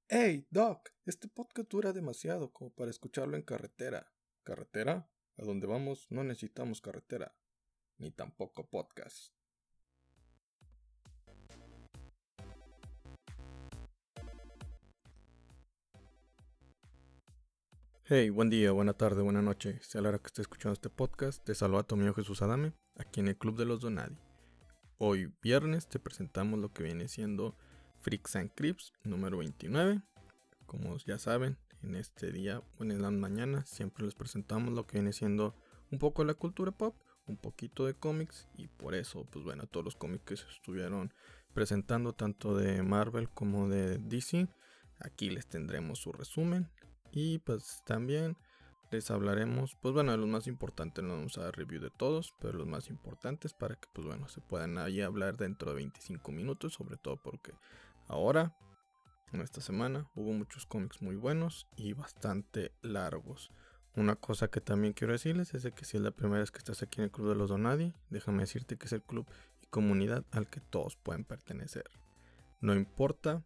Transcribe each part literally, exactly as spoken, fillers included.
Hey, Doc, este podcast dura demasiado como para escucharlo en carretera. ¿Carretera? A donde vamos no necesitamos carretera, ni tampoco podcast. Hey, buen día, buena tarde, buena noche. Sea la hora que esté escuchando este podcast, te saluda tu amigo Jesús Adame, aquí en el Club de los Donadi. Hoy viernes te presentamos lo que viene siendo Freaks and Creeps número veintinueve. Como ya saben, en este día, bueno, en las mañanas, siempre les presentamos lo que viene siendo un poco de la cultura pop, un poquito de cómics, y por eso, pues bueno, todos los cómics que se estuvieron presentando, tanto de Marvel como de D C, aquí les tendremos su resumen, y pues también les hablaremos, pues bueno, de los más importantes. No vamos a dar review de todos, pero los más importantes para que, pues bueno, se puedan ahí hablar dentro de veinticinco minutos, sobre todo porque ahora, en esta semana, hubo muchos cómics muy buenos y bastante largos. Una cosa que también quiero decirles es de que si es la primera vez que estás aquí en el Club de los Donadi, déjame decirte que es el club y comunidad al que todos pueden pertenecer. No importa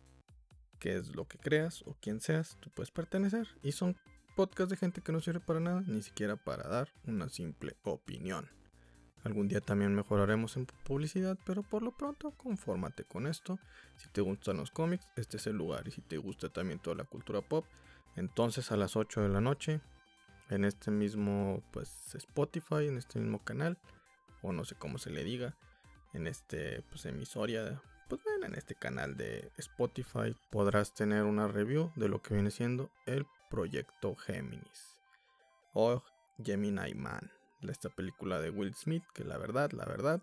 qué es lo que creas o quién seas, tú puedes pertenecer. Y son podcasts de gente que no sirve para nada, ni siquiera para dar una simple opinión. Algún día también mejoraremos en publicidad, pero por lo pronto confórmate con esto. Si te gustan los cómics, este es el lugar. Y si te gusta también toda la cultura pop, entonces a las ocho de la noche, en este mismo pues Spotify, en este mismo canal, o no sé cómo se le diga, en este pues emisoria, pues bueno, en este canal de Spotify podrás tener una review de lo que viene siendo el proyecto Géminis o Gemini Man, esta película de Will Smith, que la verdad, la verdad,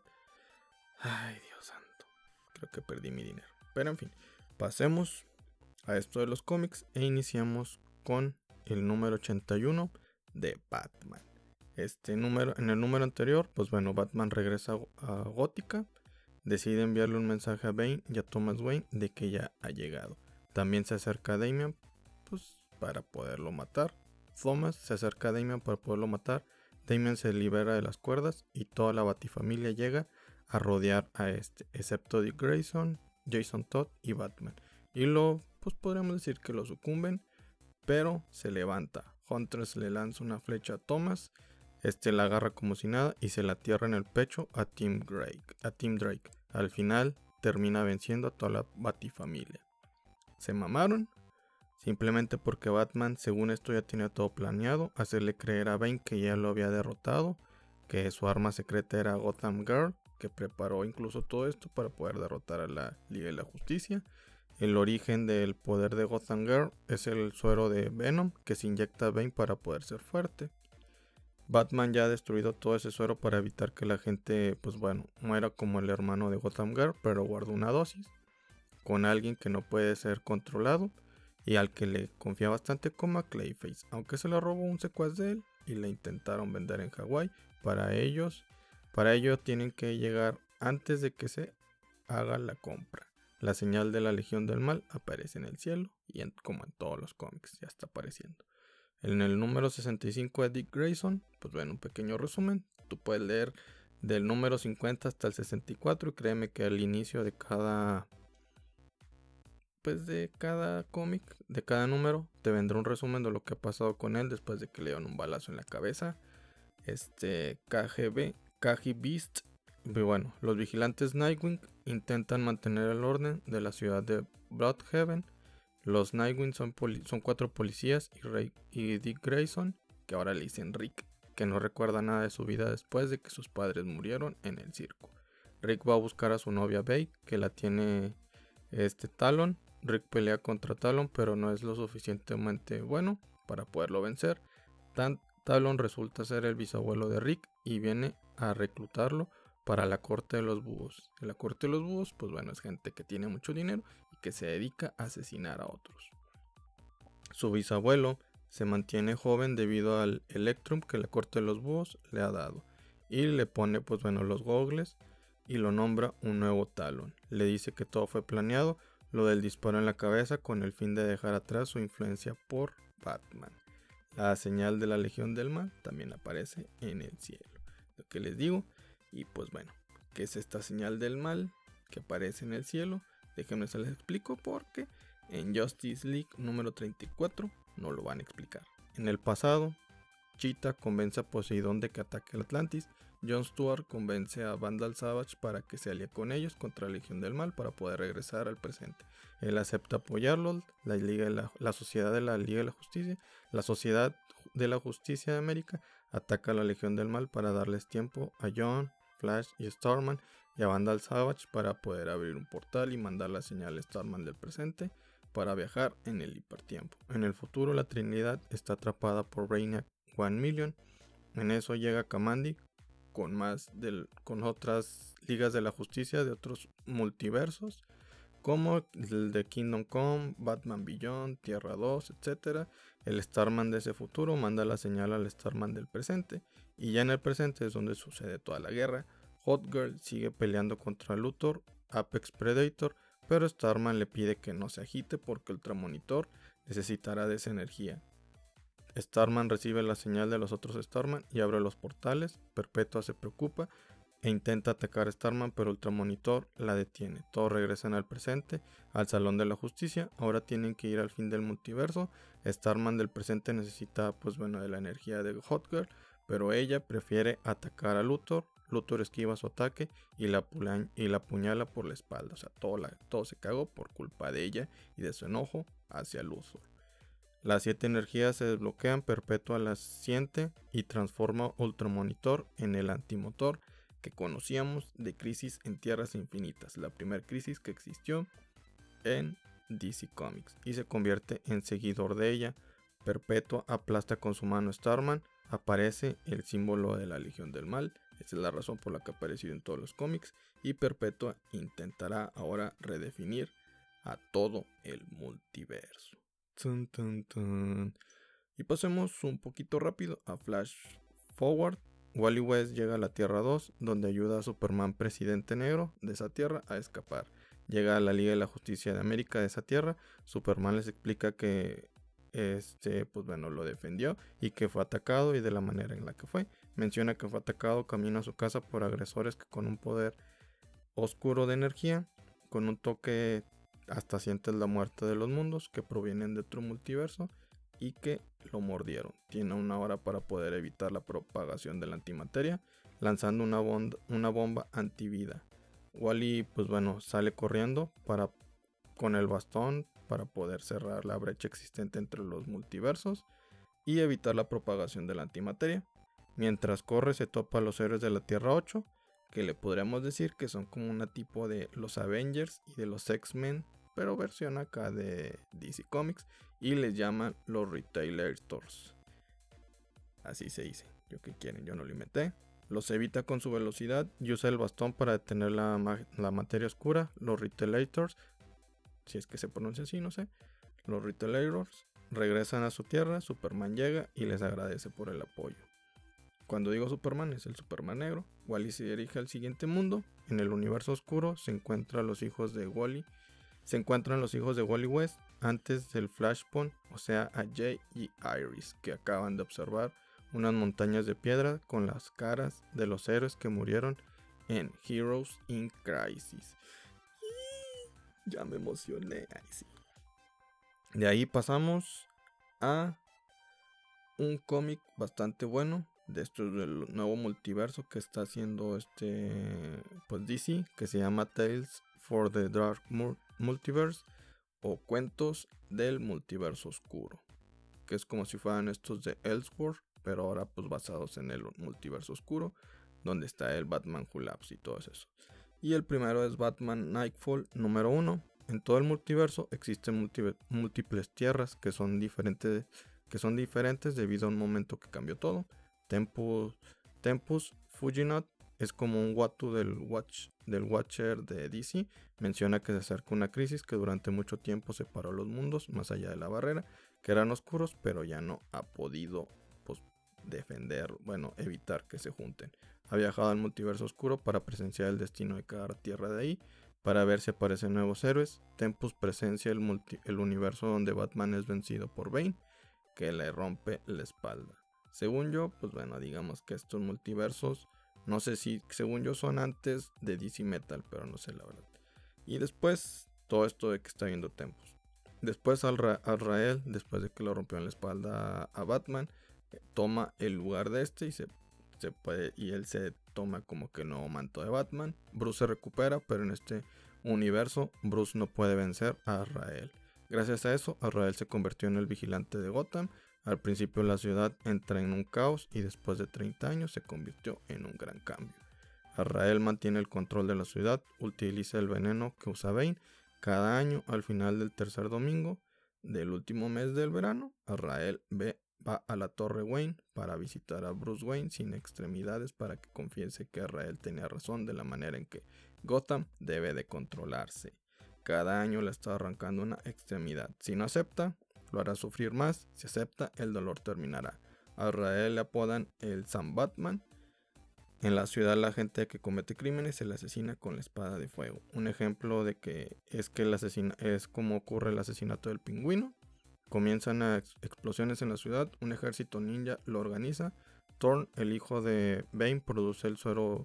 ay Dios santo, creo que perdí mi dinero. Pero en fin, pasemos a esto de los cómics e iniciamos con el número ochenta y uno de Batman. Este número, en el número anterior, pues bueno, Batman regresa a Gótica, decide enviarle un mensaje a Bane y a Thomas Wayne de que ya ha llegado. También se acerca a Damian, pues para poderlo matar. Thomas se acerca a Damian para poderlo matar. Damian se libera de las cuerdas y toda la Batifamilia llega a rodear a este, excepto Dick Grayson, Jason Todd y Batman. Y lo, pues podríamos decir que lo sucumben, pero se levanta. Huntress le lanza una flecha a Thomas, este la agarra como si nada y se la tierra en el pecho a Tim Drake. A Tim Drake. Al final termina venciendo a toda la Batifamilia. Se mamaron. Simplemente porque Batman, según esto, ya tenía todo planeado, hacerle creer a Bane que ya lo había derrotado, que su arma secreta era Gotham Girl, que preparó incluso todo esto para poder derrotar a la Liga de la Justicia. El origen del poder de Gotham Girl es el suero de Venom que se inyecta a Bane para poder ser fuerte. Batman ya ha destruido todo ese suero para evitar que la gente, pues bueno, muera como el hermano de Gotham Girl, pero guardó una dosis con alguien que no puede ser controlado y al que le confía bastante como a Clayface, aunque se la robó un secuaz de él y la intentaron vender en Hawái. Para ellos, para ello tienen que llegar antes de que se haga la compra. La señal de la Legión del Mal aparece en el cielo y en, como en todos los cómics ya está apareciendo. En el número sesenta y cinco de Dick Grayson, pues bueno, un pequeño resumen. Tú puedes leer del número cincuenta hasta el sesenta y cuatro y créeme que al inicio de cada pues de cada cómic, de cada número, te vendrá un resumen de lo que ha pasado con él después de que le dieron un balazo en la cabeza. Este K G B, K G Beast, y bueno, los vigilantes Nightwing intentan mantener el orden de la ciudad de Bloodhaven. Los Nightwing son, son cuatro policías y, Ray y Dick Grayson, que ahora le dicen Rick, que no recuerda nada de su vida después de que sus padres murieron en el circo. Rick va a buscar a su novia Babe, que la tiene este Talon. Rick pelea contra Talon, pero no es lo suficientemente bueno para poderlo vencer. Tan Talon resulta ser el bisabuelo de Rick y viene a reclutarlo para la corte de los búhos. En la corte de los búhos, pues bueno, es gente que tiene mucho dinero y que se dedica a asesinar a otros. Su bisabuelo se mantiene joven debido al Electrum que la corte de los búhos le ha dado y le pone pues bueno los gogles y lo nombra un nuevo Talon. Le dice que todo fue planeado, lo del disparo en la cabeza, con el fin de dejar atrás su influencia por Batman. La señal de la Legión del Mal también aparece en el cielo. Lo que les digo, y pues bueno, ¿qué es esta señal del mal que aparece en el cielo? Déjenme se les explico porque En Justice League número treinta y cuatro no lo van a explicar. En el pasado, Cheetah convence a Poseidón de que ataque al Atlantis. Jon Stewart convence a Vandal Savage para que se alíe con ellos contra la Legión del Mal para poder regresar al presente. Él acepta apoyarlos, la, Liga de la, la Sociedad de la Liga de la Justicia, la Sociedad de la Justicia de América ataca a la Legión del Mal para darles tiempo a Jon, Flash y Starman y a Vandal Savage para poder abrir un portal y mandar la señal a Starman del presente para viajar en el hipertiempo. En el futuro la Trinidad está atrapada por Brainiac One Million. En eso llega Kamandi con más del, con otras ligas de la justicia de otros multiversos como el de Kingdom Come, Batman Beyond, Tierra dos, etcétera. El Starman de ese futuro manda la señal al Starman del presente y ya en el presente es donde sucede toda la guerra. Hotgirl sigue peleando contra Luthor, Apex Predator, pero Starman le pide que no se agite porque Ultramonitor necesitará de esa energía. Starman recibe la señal de los otros Starman y abre los portales. Perpetua se preocupa e intenta atacar a Starman, pero Ultramonitor la detiene. Todos regresan al presente, al Salón de la Justicia. Ahora tienen que ir al fin del multiverso. Starman del presente necesita, pues bueno, de la energía de Hotgirl, pero ella prefiere atacar a Luthor. Luthor esquiva su ataque y la, y la apuñala por la espalda. O sea, todo, la, todo se cagó por culpa de ella y de su enojo hacia Luthor. Las siete energías se desbloquean, Perpetua las siente y transforma Ultramonitor en el antimotor que conocíamos de Crisis en Tierras Infinitas, la primera crisis que existió en D C Comics, y se convierte en seguidor de ella. Perpetua aplasta con su mano Starman, aparece el símbolo de la Legión del Mal, esa es la razón por la que ha aparecido en todos los cómics, y Perpetua intentará ahora redefinir a todo el multiverso. Tun, tun, tun. Y pasemos un poquito rápido a Flash Forward. Wally West llega a la Tierra dos, donde ayuda a Superman Presidente Negro de esa tierra a escapar. Llega a la Liga de la Justicia de América de esa tierra. Superman les explica que este, pues bueno, lo defendió y que fue atacado y de la manera en la que fue. Menciona que fue atacado camino a su casa por agresores que con un poder oscuro de energía, con un toque hasta sientes la muerte de los mundos que provienen de otro multiverso y que lo mordieron. Tiene una hora para poder evitar la propagación de la antimateria, lanzando una, bomba, una bomba antivida. Wally, pues bueno, sale corriendo para, con el bastón para poder cerrar la brecha existente entre los multiversos y evitar la propagación de la antimateria. Mientras corre se topa a los héroes de la Tierra ocho, que le podríamos decir que son como una tipo de los Avengers y de los X-Men, pero versión acá de D C Comics, y les llaman los Retailators. Así se dice. Yo que quieren, yo no lo inventé. Los evita con su velocidad y usa el bastón para detener la, ma la materia oscura. Los Retailators, si es que se pronuncia así, no sé. Los Retailators regresan a su tierra. Superman llega y les agradece por el apoyo. Cuando digo Superman, es el Superman negro. Wally se dirige al siguiente mundo. En el universo oscuro se encuentran los hijos de Wally. Se encuentran los hijos de Wally West antes del Flashpoint, o sea, a Jay y Iris, que acaban de observar unas montañas de piedra con las caras de los héroes que murieron en Heroes in Crisis. Ya me emocioné. Ay, sí. De ahí pasamos a un cómic bastante bueno de estos del nuevo multiverso que está haciendo este pues D C, que se llama Tales for the Dark Multiverse o Cuentos del Multiverso Oscuro, que es como si fueran estos de Elseworlds, pero ahora pues basados en el multiverso oscuro, donde está el Batman Who Laughs y todo eso. Y el primero es Batman Nightfall número uno. En todo el multiverso existen múltiples tierras que son diferentes, que son diferentes debido a un momento que cambió todo. Tempus, Tempus Fujinot es como un Watu del, Watch, del Watcher de D C. Menciona que se acerca una crisis que durante mucho tiempo separó los mundos más allá de la barrera, que eran oscuros, pero ya no ha podido pues, defender, bueno, evitar que se junten. Ha viajado al multiverso oscuro para presenciar el destino de cada tierra de ahí, para ver si aparecen nuevos héroes. Tempus presencia el, multi, el universo donde Batman es vencido por Bane, que le rompe la espalda. Según yo, pues bueno, digamos que estos multiversos, no sé si, según yo son antes de D C Metal, pero no sé la verdad. Y después, todo esto de que está viendo Tempus. Después Azrael, después de que lo rompió en la espalda a Batman, toma el lugar de este y se, se puede, y él se toma como que el nuevo manto de Batman. Bruce se recupera, pero en este universo Bruce no puede vencer a Azrael. Gracias a eso, Azrael se convirtió en el vigilante de Gotham. Al principio la ciudad entra en un caos y después de treinta años se convirtió en un gran cambio. Azrael mantiene el control de la ciudad, utiliza el veneno que usa Bane. Cada año, al final del tercer domingo del último mes del verano, Azrael ve, va a la Torre Wayne para visitar a Bruce Wayne sin extremidades para que confiese que Azrael tenía razón de la manera en que Gotham debe de controlarse. Cada año le está arrancando una extremidad. Si no acepta, lo hará sufrir más. Si acepta, el dolor terminará. A Azrael le apodan el San Batman. En la ciudad la gente que comete crímenes se le asesina con la espada de fuego. Un ejemplo de que es que el asesina es como ocurre el asesinato del Pingüino. Comienzan a ex explosiones en la ciudad, un ejército ninja lo organiza. Thorn, el hijo de Bane, produce el suero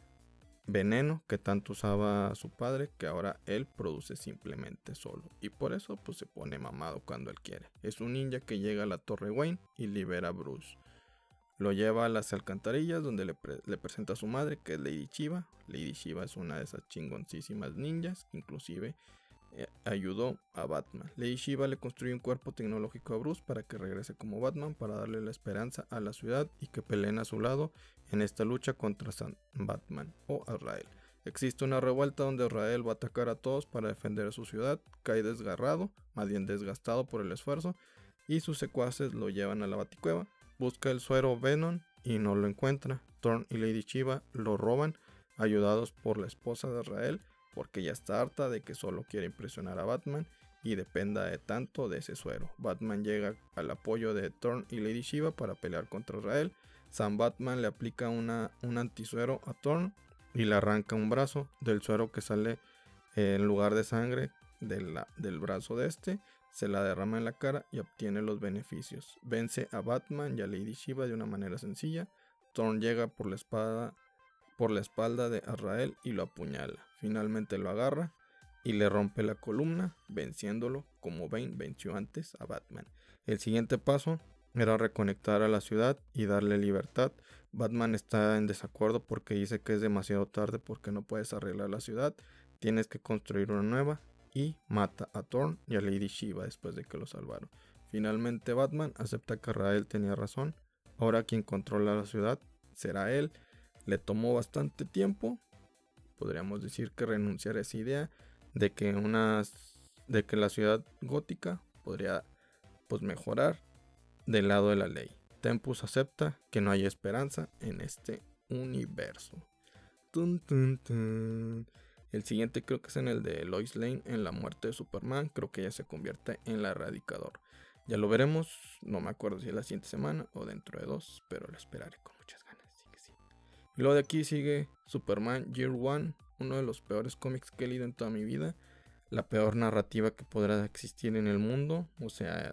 veneno que tanto usaba su padre, que ahora él produce simplemente solo. Y por eso pues se pone mamado cuando él quiere. Es un ninja que llega a la Torre Wayne y libera a Bruce. Lo lleva a las alcantarillas donde le, pre le presenta a su madre, que es Lady Shiva. Lady Shiva es una de esas chingoncísimas ninjas, inclusive eh, ayudó a Batman. Lady Shiva le construye un cuerpo tecnológico a Bruce para que regrese como Batman, para darle la esperanza a la ciudad y que peleen a su lado en esta lucha contra San Batman o Azrael. Existe una revuelta donde Azrael va a atacar a todos para defender a su ciudad, cae desgarrado, más bien desgastado por el esfuerzo, y sus secuaces lo llevan a la Baticueva. Busca el suero Venom y no lo encuentra. Thorn y Lady Shiva lo roban, ayudados por la esposa de Azrael, porque ya está harta de que solo quiere impresionar a Batman y dependa de tanto de ese suero. Batman llega al apoyo de Thorn y Lady Shiva para pelear contra Azrael. San Batman le aplica una, un antisuero a Thorn y le arranca un brazo del suero que sale eh, en lugar de sangre de la, del brazo de este. Se la derrama en la cara y obtiene los beneficios. Vence a Batman y a Lady Shiva de una manera sencilla. Thorn llega por la espada, por la espalda de Azrael y lo apuñala. Finalmente lo agarra y le rompe la columna, venciéndolo como Bane venció antes a Batman. El siguiente paso era reconectar a la ciudad y darle libertad. Batman está en desacuerdo porque dice que es demasiado tarde porque no puedes arreglar la ciudad. Tienes que construir una nueva. Y mata a Thorn y a Lady Shiva después de que lo salvaron. Finalmente Batman acepta que Azrael tenía razón. Ahora quien controla la ciudad será él. Le tomó bastante tiempo. Podríamos decir que renunciar a esa idea de que, unas, de que la ciudad gótica podría pues, mejorar del lado de la ley. Tempus acepta que no hay esperanza en este universo. Tun, tun, tun. El siguiente creo que es en el de Lois Lane en la muerte de Superman. Creo que ella se convierte en la Erradicador. Ya lo veremos. No me acuerdo si es la siguiente semana o dentro de dos. Pero lo esperaré con muchas ganas. Así que sí. Y luego de aquí sigue Superman Year One. Uno de los peores cómics que he leído en toda mi vida. La peor narrativa que podrá existir en el mundo. O sea,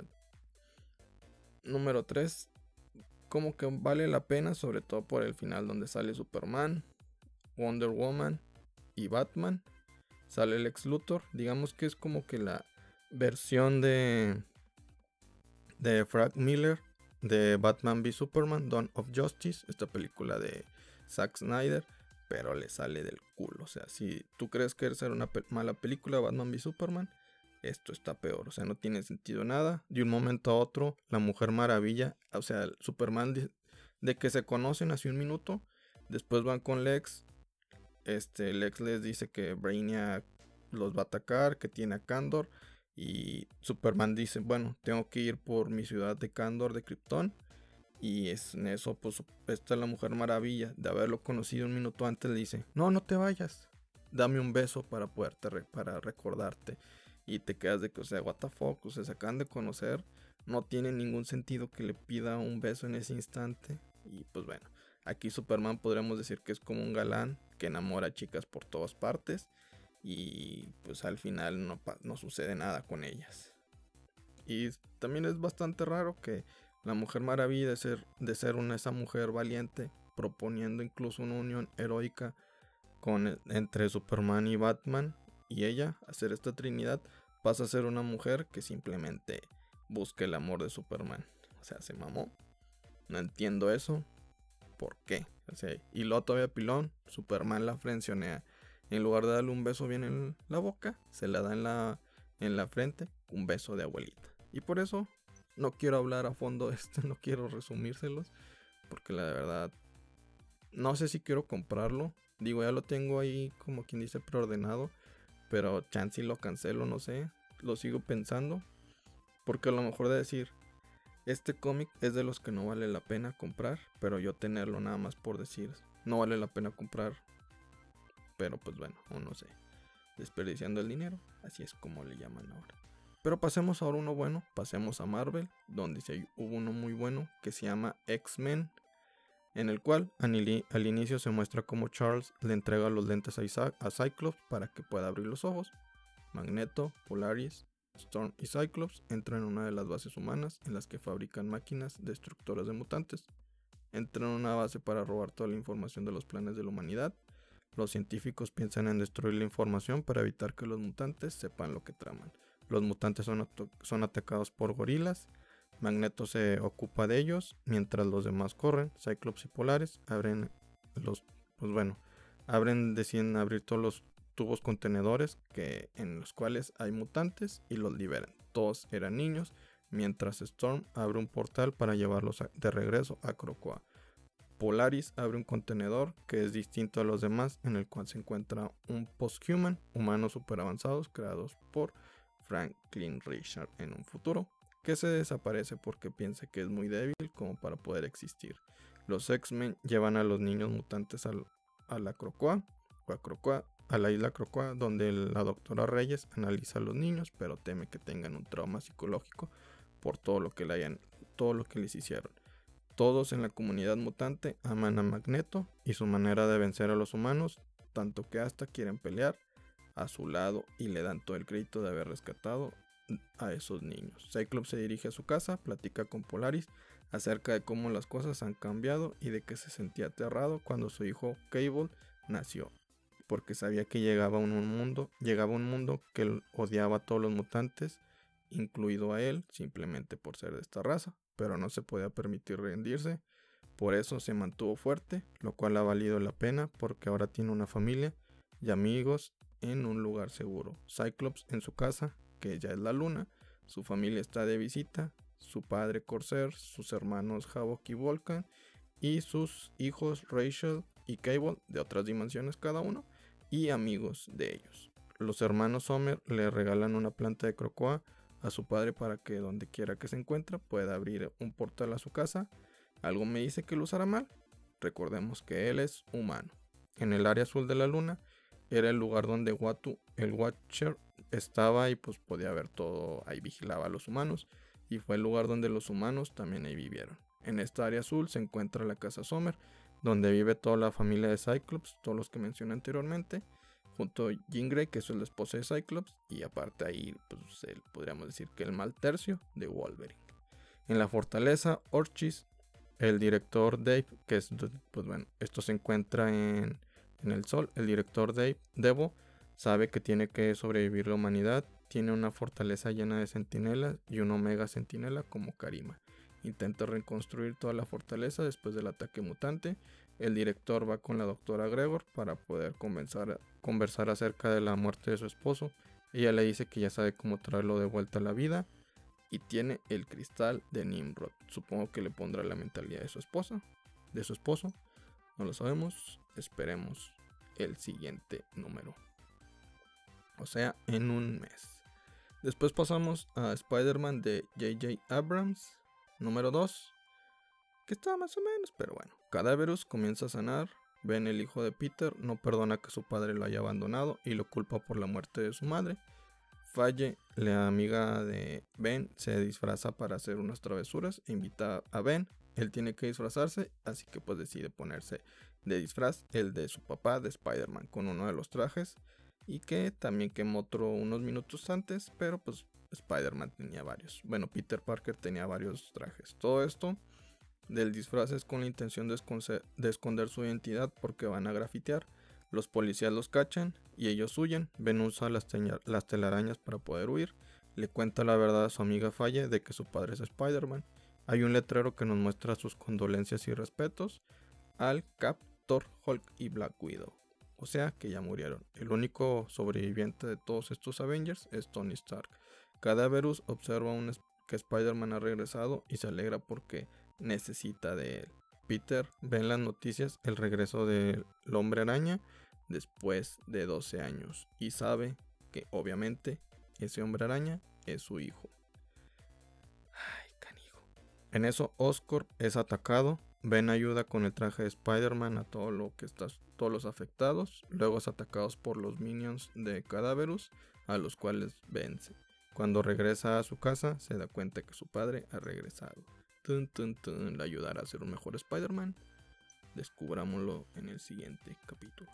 número tres. Como que vale la pena. Sobre todo por el final donde sale Superman, Wonder Woman y Batman. Sale Lex Luthor. Digamos que es como que la versión de de Frank Miller de Batman v Superman, Dawn of Justice, esta película de Zack Snyder, pero le sale del culo. O sea, si tú crees que es una pe mala película Batman v Superman, esto está peor. O sea, no tiene sentido nada. De un momento a otro, la Mujer Maravilla, o sea, el Superman de, de que se conocen hace un minuto, después van con Lex. Este, Lex les dice que Brainiac los va a atacar, que tiene a Kandor. Y Superman dice, bueno, tengo que ir por mi ciudad de Kandor, de Krypton. Y es en eso, pues, esta es la Mujer Maravilla. De haberlo conocido un minuto antes, le dice, no, no te vayas. Dame un beso para poderte, re para recordarte. Y te quedas de que, o sea, what the fuck, o sea, se acaban de conocer. No tiene ningún sentido que le pida un beso en ese instante. Y pues bueno, aquí Superman podríamos decir que es como un galán que enamora a chicas por todas partes. Y pues al final no, no sucede nada con ellas. Y también es bastante raro que la Mujer Maravilla, de ser, de ser una, esa mujer valiente, proponiendo incluso una unión heroica con, entre Superman y Batman y ella, hacer esta trinidad, pasa a ser una mujer que simplemente busca el amor de Superman. O sea, se mamó. No entiendo eso. ¿Por qué? O sea, y luego todavía pilón, Superman la frencionea. En lugar de darle un beso bien en la boca, se la da en la, en la frente, un beso de abuelita. Y por eso no quiero hablar a fondo de esto, no quiero resumírselos, porque la verdad, no sé si quiero comprarlo. Digo, ya lo tengo ahí como quien dice preordenado, pero chance y lo cancelo, no sé. Lo sigo pensando, porque a lo mejor de decir, este cómic es de los que no vale la pena comprar, pero yo tenerlo nada más por decir, no vale la pena comprar. Pero pues bueno, o no sé, desperdiciando el dinero, así es como le llaman ahora. Pero pasemos ahora a uno bueno, pasemos a Marvel, donde sí hubo uno muy bueno que se llama X-Men, en el cual al inicio se muestra cómo Charles le entrega los lentes a, Isaac, a Cyclops para que pueda abrir los ojos. Magneto, Polaris, Storm y Cyclops entran en una de las bases humanas en las que fabrican máquinas destructoras de mutantes. Entran en una base para robar toda la información de los planes de la humanidad. Los científicos piensan en destruir la información para evitar que los mutantes sepan lo que traman. Los mutantes son, son atacados por gorilas. Magneto se ocupa de ellos mientras los demás corren. Cyclops y Polaris abren los, pues bueno, abren, deciden abrir todos los tubos contenedores que, en los cuales hay mutantes y los liberan. Todos eran niños, mientras Storm abre un portal para llevarlos a, de regreso a Krakoa. Polaris abre un contenedor que es distinto a los demás, en el cual se encuentra un posthuman, humanos super avanzados creados por Franklin Richard en un futuro, que se desaparece porque piensa que es muy débil como para poder existir. Los X-Men llevan a los niños mutantes al, a la Krakoa, o a Krakoa, a la isla Krakoa, donde la doctora Reyes analiza a los niños, pero teme que tengan un trauma psicológico por todo lo que le hayan, todo lo que les hicieron. Todos en la comunidad mutante aman a Magneto y su manera de vencer a los humanos, tanto que hasta quieren pelear a su lado y le dan todo el crédito de haber rescatado a esos niños. Cyclops se dirige a su casa, platica con Polaris acerca de cómo las cosas han cambiado y de que se sentía aterrado cuando su hijo Cable nació, porque sabía que llegaba un mundo, llegaba un mundo que odiaba a todos los mutantes, incluido a él, simplemente por ser de esta raza, pero no se podía permitir rendirse. Por eso se mantuvo fuerte, lo cual ha valido la pena porque ahora tiene una familia y amigos en un lugar seguro. Cyclops en su casa, que ya es la luna, su familia está de visita, su padre Corsair, sus hermanos Havok y Vulcan y sus hijos Rachel y Cable de otras dimensiones cada uno y amigos de ellos. Los hermanos Sommer le regalan una planta de Krakoa a su padre para que donde quiera que se encuentre pueda abrir un portal a su casa. Algo me dice que lo usará mal. Recordemos que él es humano. En el área azul de la luna era el lugar donde Watu, el Watcher, estaba y pues podía ver todo, ahí vigilaba a los humanos y fue el lugar donde los humanos también ahí vivieron. En esta área azul se encuentra la casa Sommer, donde vive toda la familia de Cyclops, todos los que mencioné anteriormente, junto a Jean Grey, que es la esposa de Cyclops, y aparte ahí pues el, podríamos decir que el mal tercio de Wolverine. En la fortaleza Orchis, el director Dave, que es, pues bueno, esto se encuentra en, en el sol, el director Dave, Devo, sabe que tiene que sobrevivir la humanidad, tiene una fortaleza llena de centinelas y un omega centinela como Karima. Intenta reconstruir toda la fortaleza después del ataque mutante. El director va con la doctora Gregor para poder conversar, conversar acerca de la muerte de su esposo. Ella le dice que ya sabe cómo traerlo de vuelta a la vida y tiene el cristal de Nimrod. Supongo que le pondrá la mentalidad de su esposa, de su esposo. No lo sabemos. Esperemos el siguiente número. O sea, en un mes. Después pasamos a Spider-Man de J J Abrams, número dos, que está más o menos, pero bueno. Cadaverus comienza a sanar. Ben, el hijo de Peter, no perdona que su padre lo haya abandonado y lo culpa por la muerte de su madre. Faye, la amiga de Ben, se disfraza para hacer unas travesuras e invita a Ben. Él tiene que disfrazarse, así que pues decide ponerse de disfraz el de su papá de Spider-Man con uno de los trajes, y que también quemó otro unos minutos antes, pero pues Spider-Man tenía varios. Bueno, Peter Parker tenía varios trajes. Todo esto del disfraz es con la intención de, de esconder su identidad porque van a grafitear Los policías los cachan y ellos huyen. Ben usa las, las telarañas para poder huir. Le cuenta la verdad a su amiga Faye de que su padre es Spider-Man. Hay un letrero que nos muestra sus condolencias y respetos al Cap, Thor, Hulk y Black Widow. O sea que ya murieron. El único sobreviviente de todos estos Avengers es Tony Stark. Cadaverus observa un que Spider-Man ha regresado y se alegra porque necesita de él. Peter ve en las noticias el regreso del Hombre Araña después de doce años y sabe que obviamente ese Hombre Araña es su hijo. Ay, canijo. En eso Oscorp es atacado. Ben ayuda con el traje de Spider-Man a todo lo que está, todos los afectados. Luego es atacados por los minions de Cadaverus, a los cuales vence. Cuando regresa a su casa, se da cuenta que su padre ha regresado. Tun, tun, tun, le ayudará a ser un mejor Spider-Man. Descubrámoslo en el siguiente capítulo.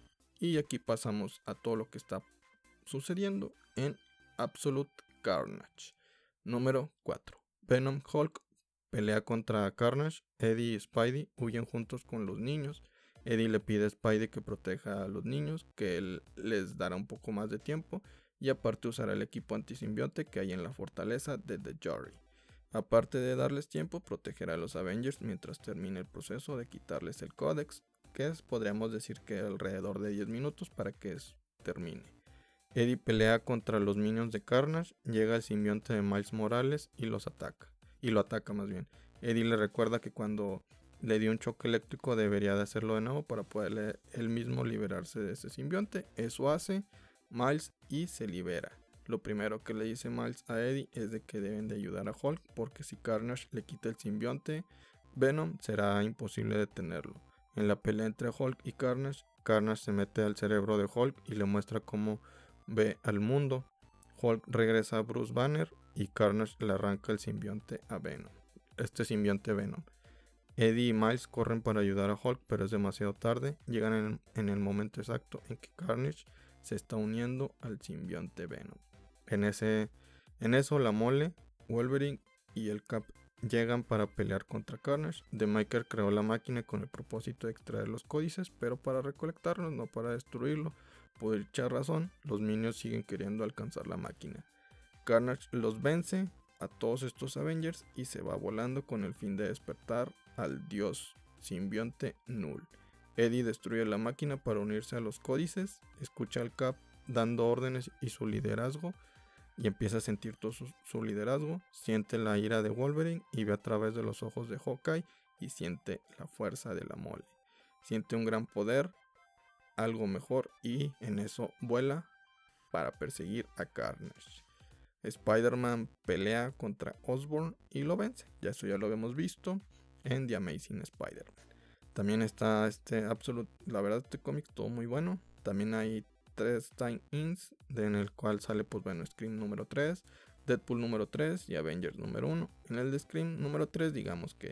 Y aquí pasamos a todo lo que está sucediendo en Absolute Carnage. Número cuatro. Venom Hulk pelea contra Carnage. Eddie y Spidey huyen juntos con los niños. Eddie le pide a Spidey que proteja a los niños, que él les dará un poco más de tiempo. Y aparte usará el equipo antisimbionte que hay en la fortaleza de The Jury. Aparte de darles tiempo, protegerá a los Avengers mientras termine el proceso de quitarles el Codex, que es, podríamos decir que alrededor de diez minutos para que termine. Eddie pelea contra los minions de Carnage, llega el simbionte de Miles Morales y los ataca. Y lo ataca más bien. Eddie le recuerda que cuando le dio un choque eléctrico debería de hacerlo de nuevo para poder él mismo liberarse de ese simbionte. Eso hace Miles y se libera. Lo primero que le dice Miles a Eddie es de que deben de ayudar a Hulk, porque si Carnage le quita el simbionte Venom será imposible detenerlo. En la pelea entre Hulk y Carnage, Carnage se mete al cerebro de Hulk y le muestra cómo ve al mundo. Hulk regresa a Bruce Banner y Carnage le arranca el simbionte a Venom. Este simbionte Venom. Eddie y Miles corren para ayudar a Hulk, pero es demasiado tarde. Llegan en, en el momento exacto en que Carnage se está uniendo al simbionte Venom. En, ese, en eso la Mole, Wolverine y el Cap llegan para pelear contra Carnage. The Maker creó la máquina con el propósito de extraer los códices, pero para recolectarlos, no para destruirlo. Por dicha razón, los minions siguen queriendo alcanzar la máquina. Carnage los vence a todos estos Avengers y se va volando con el fin de despertar al dios simbionte Null. Eddie destruye la máquina para unirse a los códices, escucha al Cap dando órdenes y su liderazgo y empieza a sentir todo su, su liderazgo, siente la ira de Wolverine y ve a través de los ojos de Hawkeye y siente la fuerza de la Mole. Siente un gran poder, algo mejor y en eso vuela para perseguir a Carnage. Spider-Man pelea contra Osborn y lo vence, ya eso ya lo hemos visto en The Amazing Spider-Man. También está este Absolute, la verdad este cómic todo muy bueno. También hay tres tie-ins en el cual sale pues bueno Scream número tres, Deadpool número tres y Avengers número uno. En el de Scream número tres digamos que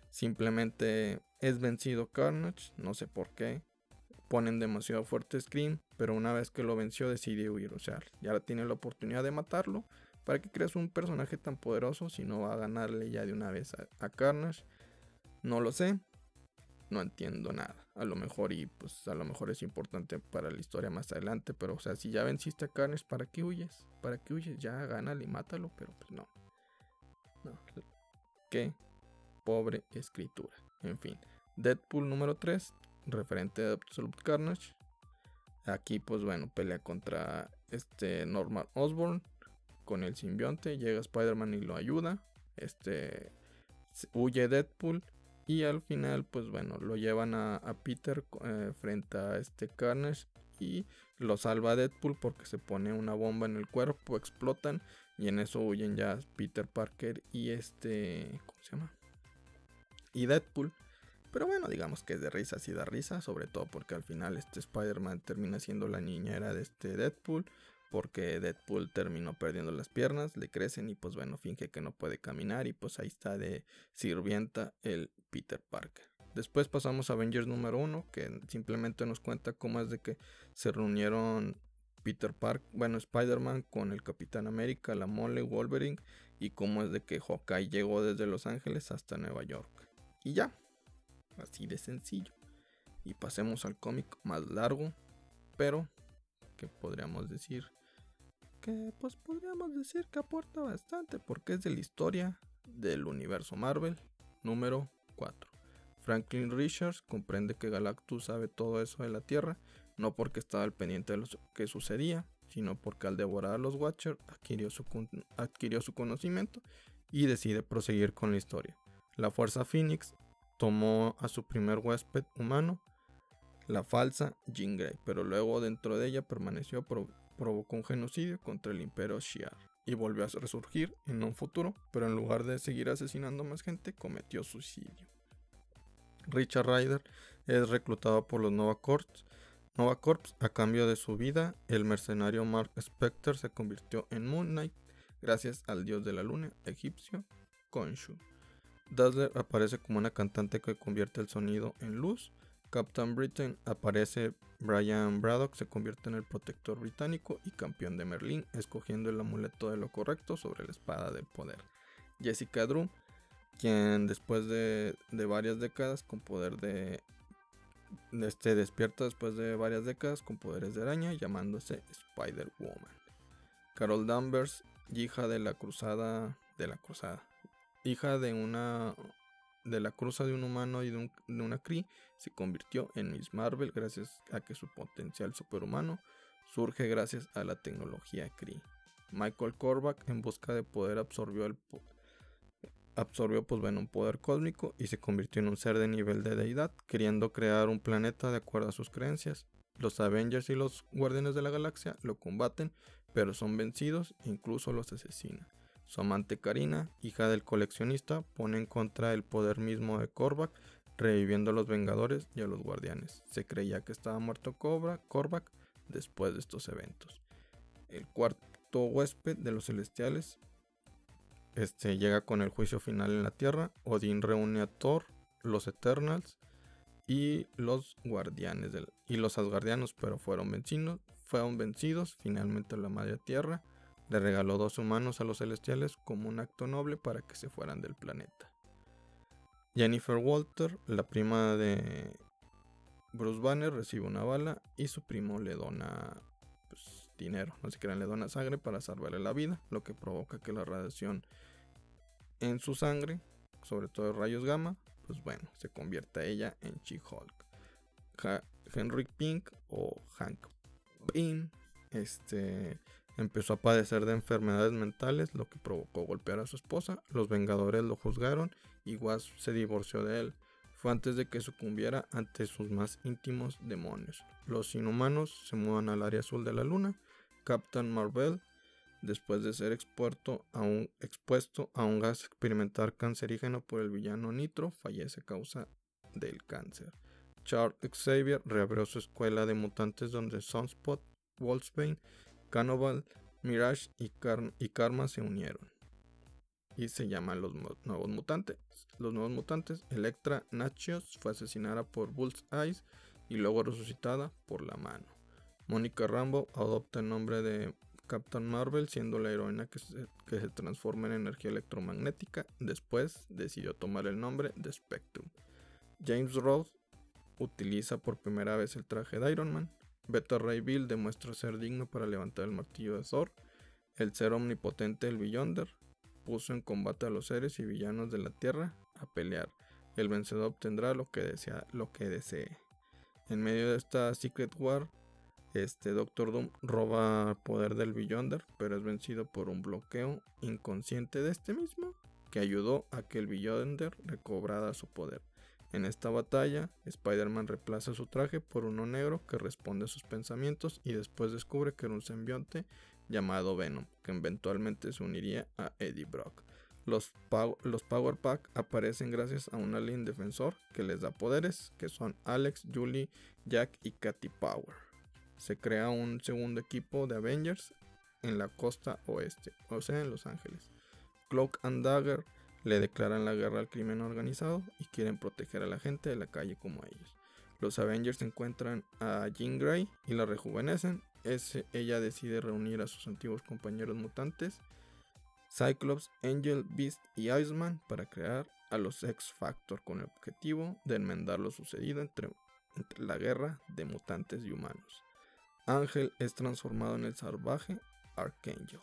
simplemente es vencido Carnage, no sé por qué. Ponen demasiado fuerte Scream, pero una vez que lo venció decide huir, o sea, ya tiene la oportunidad de matarlo. ¿Para qué creas un personaje tan poderoso si no va a ganarle ya de una vez a, a Carnage? No lo sé. No entiendo nada. A lo mejor y pues a lo mejor es importante para la historia más adelante. Pero o sea, si ya venciste a Carnage, ¿para qué huyes? ¿Para qué huyes? Ya gánale y mátalo. Pero pues no. No. Qué pobre escritura. En fin. Deadpool número tres. Referente a Absolute Carnage. Aquí pues bueno, pelea contra este Norman Osborn con el simbionte. Llega Spider-Man y lo ayuda. Este huye Deadpool. Y al final, pues bueno, lo llevan a, a Peter eh, frente a este Carnage y lo salva Deadpool porque se pone una bomba en el cuerpo, explotan y en eso huyen ya Peter Parker y este, ¿cómo se llama? Y Deadpool. Pero bueno, digamos que es de risa, sí da risa, sobre todo porque al final este Spider-Man termina siendo la niñera de este Deadpool. Porque Deadpool terminó perdiendo las piernas, le crecen y pues bueno, finge que no puede caminar y pues ahí está de sirvienta el Peter Parker. Después pasamos a Avengers número uno, que simplemente nos cuenta cómo es de que se reunieron Peter Parker, bueno, Spider-Man con el Capitán América, la Mole, Wolverine y cómo es de que Hawkeye llegó desde Los Ángeles hasta Nueva York. Y ya, así de sencillo. Y pasemos al cómic más largo, pero que podríamos decir que pues podríamos decir que aporta bastante porque es de la historia del universo Marvel número cuatro. Franklin Richards comprende que Galactus sabe todo eso de la Tierra, no porque estaba al pendiente de lo que sucedía, sino porque al devorar a los Watchers adquirió su, adquirió su conocimiento y decide proseguir con la historia. La Fuerza Phoenix tomó a su primer huésped humano, la falsa Jean Grey, pero luego dentro de ella permaneció, pro provocó un genocidio contra el Imperio Shi'ar y volvió a resurgir en un futuro, pero en lugar de seguir asesinando más gente, cometió suicidio. Richard Rider es reclutado por los Nova Corps. Nova Corps a cambio de su vida. El mercenario Mark Spector se convirtió en Moon Knight gracias al dios de la luna egipcio Khonshu. Dazzler aparece como una cantante que convierte el sonido en luz. Captain Britain aparece. Brian Braddock se convierte en el protector británico y campeón de Merlín, escogiendo el amuleto de lo correcto sobre la espada del poder. Jessica Drew, quien después de, de varias décadas con poder de, de este despierta después de varias décadas con poderes de araña, llamándose Spider-Woman. Carol Danvers, hija de la cruzada de la cruzada, hija de una de la cruza de un humano y de, un, de una Kree, se convirtió en Miss Marvel gracias a que su potencial superhumano surge gracias a la tecnología Kree. Michael Korvac, en busca de poder, absorbió el po absorbió pues bueno un poder cósmico y se convirtió en un ser de nivel de deidad, queriendo crear un planeta de acuerdo a sus creencias. Los Avengers y los Guardianes de la Galaxia lo combaten, pero son vencidos e incluso los asesinan. Su amante Karina, hija del coleccionista, pone en contra el poder mismo de Korvac, reviviendo a los Vengadores y a los Guardianes. Se creía que estaba muerto Korvac después de estos eventos. El cuarto huésped de los Celestiales este, llega con el juicio final en la Tierra. Odín reúne a Thor, los Eternals y los Guardianes del, y los Asgardianos, pero fueron vencidos, fueron vencidos. Finalmente la Madre Tierra le regaló dos humanos a los Celestiales como un acto noble para que se fueran del planeta. Jennifer Walter, la prima de Bruce Banner, recibe una bala y su primo le dona pues, dinero, no sé qué, le dona sangre para salvarle la vida, lo que provoca que la radiación en su sangre, sobre todo rayos gamma, pues bueno, se convierta ella en She-Hulk. Henry Pink o Hank Pym, este... empezó a padecer de enfermedades mentales, lo que provocó golpear a su esposa. Los Vengadores lo juzgaron y Wasp se divorció de él. Fue antes de que sucumbiera ante sus más íntimos demonios. Los inhumanos se mudan al área azul de la luna. Captain Marvel, después de ser expuesto a un, expuesto a un gas experimental cancerígeno por el villano Nitro, fallece a causa del cáncer. Charles Xavier reabrió su escuela de mutantes donde Sunspot, Wolfsbane, Cannibal, Mirage y, Car y Karma se unieron y se llaman los nuevos mutantes. Los nuevos mutantes. Electra Nachios fue asesinada por Bullseye y luego resucitada por la mano. Mónica Rambeau adopta el nombre de Captain Marvel, siendo la heroína que se, que se transforma en energía electromagnética. Después decidió tomar el nombre de Spectrum. James Rhodes utiliza por primera vez el traje de Iron Man. Beta Ray Bill demuestra ser digno para levantar el martillo de Thor. El ser omnipotente del Beyonder puso en combate a los seres y villanos de la Tierra a pelear. El vencedor obtendrá lo que desea, lo que desee. En medio de esta Secret War, este Doctor Doom roba poder del Beyonder, pero es vencido por un bloqueo inconsciente de este mismo, que ayudó a que el Beyonder recobrara su poder. En esta batalla, Spider-Man reemplaza su traje por uno negro que responde a sus pensamientos y después descubre que era un simbionte llamado Venom, que eventualmente se uniría a Eddie Brock. Los, los Power Pack aparecen gracias a un alien defensor que les da poderes, que son Alex, Julie, Jack y Katy Power. Se crea un segundo equipo de Avengers en la costa oeste, o sea en Los Ángeles. Cloak and Dagger le declaran la guerra al crimen organizado y quieren proteger a la gente de la calle como ellos. Los Avengers encuentran a Jean Grey y la rejuvenecen. Es, ella decide reunir a sus antiguos compañeros mutantes, Cyclops, Angel, Beast y Iceman, para crear a los X-Factor con el objetivo de enmendar lo sucedido entre entre la guerra de mutantes y humanos. Ángel es transformado en el salvaje Archangel.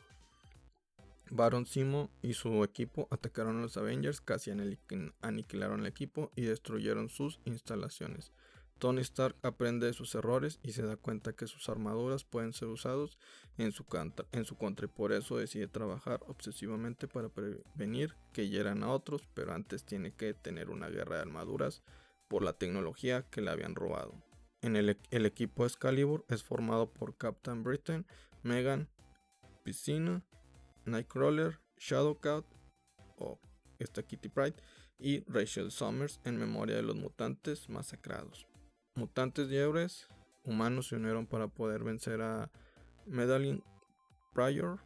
Baron Zemo y su equipo atacaron a los Avengers, casi aniquilaron el equipo y destruyeron sus instalaciones. Tony Stark aprende de sus errores y se da cuenta que sus armaduras pueden ser usados en su, contra, en su contra y por eso decide trabajar obsesivamente para prevenir que hieran a otros, pero antes tiene que tener una guerra de armaduras por la tecnología que le habían robado. En el, el equipo Excalibur es formado por Captain Britain, Megan, Piscina, Nightcrawler, Shadowcat o esta Kitty Pryde y Rachel Summers en memoria de los mutantes masacrados. Mutantes y héroes humanos se unieron para poder vencer a Madeline Pryor,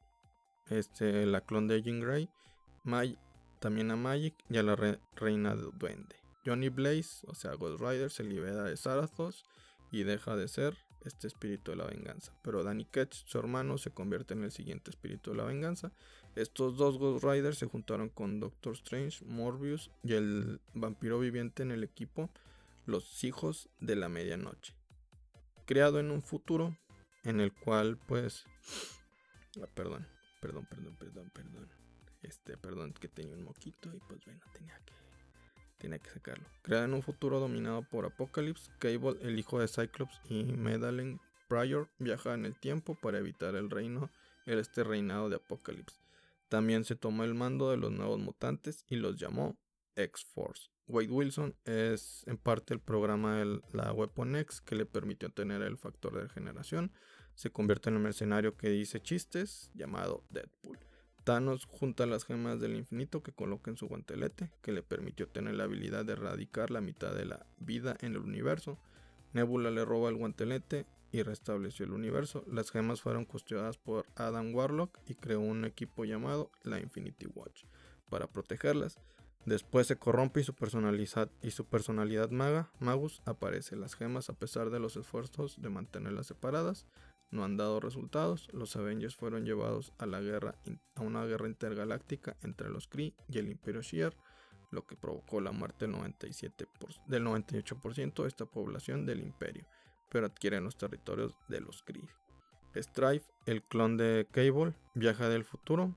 este, la clon de Jean Grey, May, también a Magic y a la re, reina del duende. Johnny Blaze, o sea Ghost Rider, se libera de Zarathos y deja de ser este espíritu de la venganza, pero Danny Ketch, su hermano, se convierte en el siguiente espíritu de la venganza. Estos dos Ghost Riders se juntaron con Doctor Strange, Morbius y el vampiro viviente en el equipo Los Hijos de la Medianoche, creado en un futuro en el cual pues ah, perdón, perdón, perdón, perdón, perdón este, perdón que tenía un moquito y pues bueno, tenía que Tiene que sacarlo. Creado en un futuro dominado por Apocalypse, Cable, el hijo de Cyclops y Madeline Pryor viajan en el tiempo para evitar el reino, este reinado de Apocalypse. También se tomó el mando de los nuevos mutantes y los llamó X-Force. Wade Wilson es en parte el programa de la Weapon X que le permitió tener el factor de regeneración. Se convierte en un mercenario que dice chistes llamado Deadpool. Thanos junta las gemas del infinito que coloca en su guantelete, que le permitió tener la habilidad de erradicar la mitad de la vida en el universo. Nebula le roba el guantelete y restableció el universo. Las gemas fueron custodiadas por Adam Warlock y creó un equipo llamado la Infinity Watch para protegerlas. Después se corrompe y su personalidad, y su personalidad maga, Magus, aparece. Las gemas, a pesar de los esfuerzos de mantenerlas separadas, no han dado resultados. Los Avengers fueron llevados a, la guerra, a una guerra intergaláctica entre los Kree y el Imperio Shi'ar, lo que provocó la muerte del, noventa y siete por ciento, del noventa y ocho por ciento de esta población del Imperio, pero adquieren los territorios de los Kree. Strife, el clon de Cable, viaja del futuro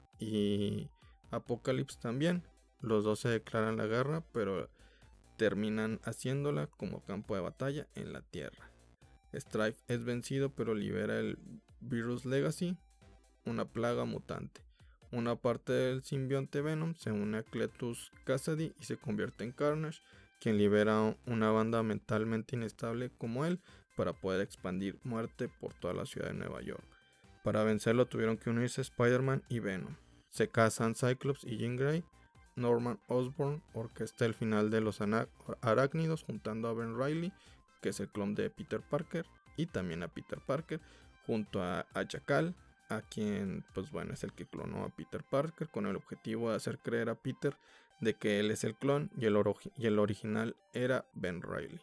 y Apocalypse también. Los dos se declaran la guerra, pero terminan haciéndola como campo de batalla en la Tierra. Strife es vencido, pero libera el Virus Legacy, una plaga mutante. Una parte del simbionte Venom se une a Cletus Kasady y se convierte en Carnage, quien libera una banda mentalmente inestable como él para poder expandir muerte por toda la ciudad de Nueva York. Para vencerlo tuvieron que unirse Spider-Man y Venom. Se casan Cyclops y Jean Grey. Norman Osborn orquesta el final de los arácnidos juntando a Ben Reilly, que es el clon de Peter Parker, y también a Peter Parker, junto a, a Jackal, a quien pues bueno es el que clonó a Peter Parker, con el objetivo de hacer creer a Peter de que él es el clon y el, y el original era Ben Reilly.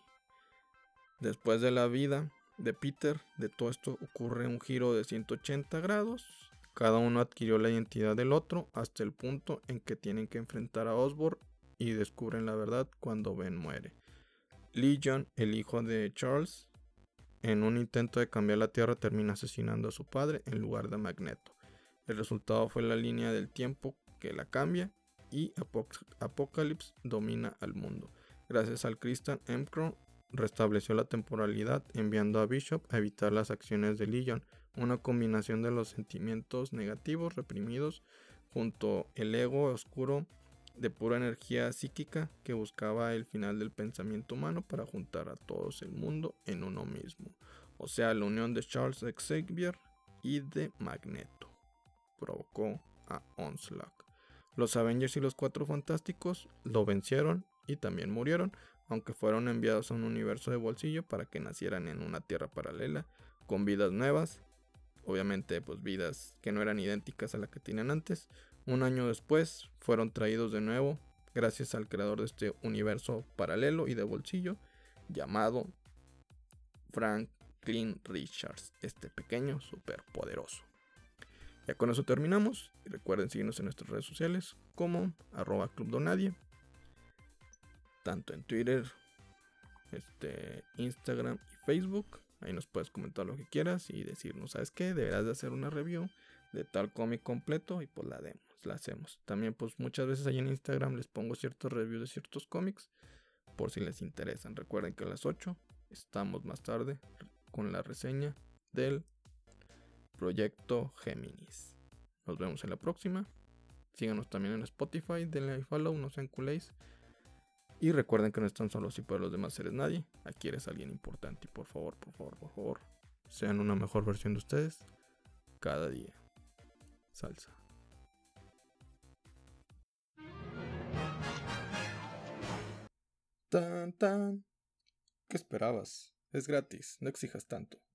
Después de la vida de Peter, de todo esto ocurre un giro de ciento ochenta grados. Cada uno adquirió la identidad del otro hasta el punto en que tienen que enfrentar a Osborn y descubren la verdad cuando Ben muere. Legion, el hijo de Charles, en un intento de cambiar la Tierra termina asesinando a su padre en lugar de Magneto. El resultado fue la línea del tiempo que la cambia y Apoc- Apocalypse domina al mundo. Gracias al Crystal Emperor restableció la temporalidad enviando a Bishop a evitar las acciones de Legion, una combinación de los sentimientos negativos reprimidos junto el ego oscuro de pura energía psíquica que buscaba el final del pensamiento humano para juntar a todos el mundo en uno mismo, o sea, la unión de Charles Xavier y de Magneto provocó a Onslaught. Los Avengers y los Cuatro Fantásticos lo vencieron y también murieron, aunque fueron enviados a un universo de bolsillo para que nacieran en una tierra paralela con vidas nuevas, obviamente pues vidas que no eran idénticas a la que tenían antes. Un año después fueron traídos de nuevo gracias al creador de este universo paralelo y de bolsillo llamado Franklin Richards, este pequeño superpoderoso. Ya con eso terminamos y recuerden seguirnos en nuestras redes sociales como arroba Club Donadie, tanto en Twitter este, Instagram y Facebook. Ahí nos puedes comentar lo que quieras y decirnos, ¿sabes qué? Deberás de hacer una review de tal cómic completo y pues la demos, la hacemos. También pues muchas veces ahí en Instagram les pongo ciertos reviews de ciertos cómics por si les interesan. Recuerden que a las ocho estamos más tarde con la reseña del Proyecto Géminis. Nos vemos en la próxima. Síganos también en Spotify, denle a follow, no sean culés. Y recuerden que no están solos y para los demás eres nadie. Aquí eres alguien importante y por favor, por favor, por favor, sean una mejor versión de ustedes cada día. Salsa. Tan tan. ¿Qué esperabas? Es gratis, no exijas tanto.